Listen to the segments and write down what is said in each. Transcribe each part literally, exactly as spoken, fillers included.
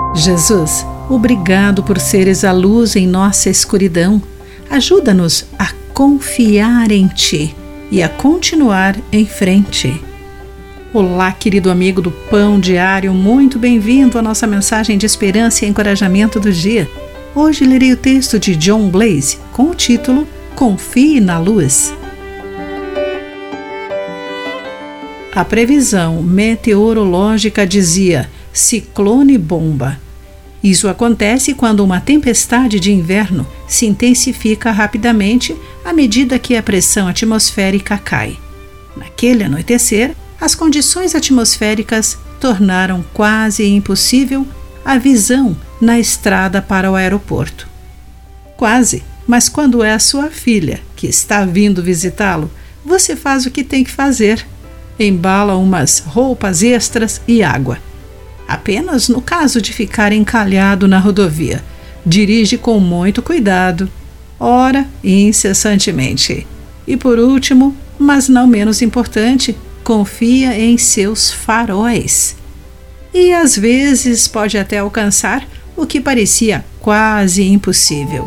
Jesus, obrigado por seres a luz em nossa escuridão. Ajuda-nos a confiar em Ti e a continuar em frente. Olá, querido amigo do Pão Diário, muito bem-vindo à nossa mensagem de esperança e encorajamento do dia. Hoje lerei o texto de John Blaze com o título Confie na Luz. A previsão meteorológica dizia ciclone bomba. Isso acontece quando uma tempestade de inverno se intensifica rapidamente à medida que a pressão atmosférica cai. Naquele anoitecer, as condições atmosféricas tornaram quase impossível a visão na estrada para o aeroporto. Quase, mas quando é a sua filha que está vindo visitá-lo, você faz o que tem que fazer. Embala umas roupas extras e água. Apenas no caso de ficar encalhado na rodovia, dirige com muito cuidado, ora e incessantemente. E por último, mas não menos importante, confia em seus faróis. E às vezes pode até alcançar o que parecia quase impossível.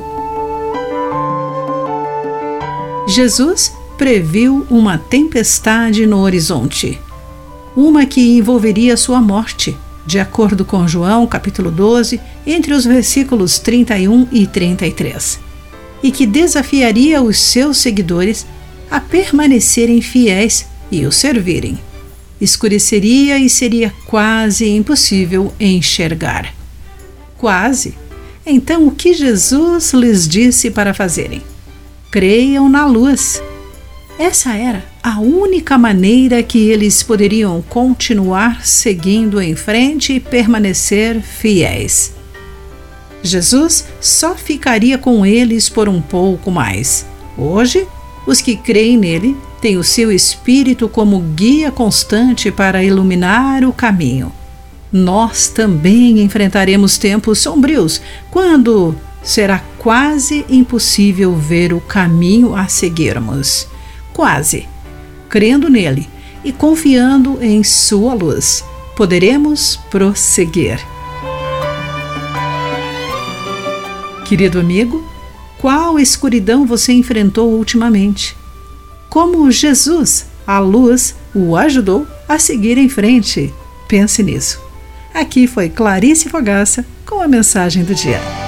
Jesus previu uma tempestade no horizonte, uma que envolveria sua morte, de acordo com João capítulo doze, entre os versículos trinta e um e trinta e três, e que desafiaria os seus seguidores a permanecerem fiéis e o servirem. Escureceria e seria quase impossível enxergar. Quase. Então, o que Jesus lhes disse para fazerem? Creiam na luz. Essa era a única maneira que eles poderiam continuar seguindo em frente e permanecer fiéis. Jesus só ficaria com eles por um pouco mais. Hoje, os que creem nele têm o seu Espírito como guia constante para iluminar o caminho. Nós também enfrentaremos tempos sombrios, quando será quase impossível ver o caminho a seguirmos. Quase. Crendo nele e confiando em sua luz, poderemos prosseguir. Querido amigo, qual escuridão você enfrentou ultimamente? Como Jesus, a luz, o ajudou a seguir em frente? Pense nisso. Aqui foi Clarice Fogaça com a mensagem do dia.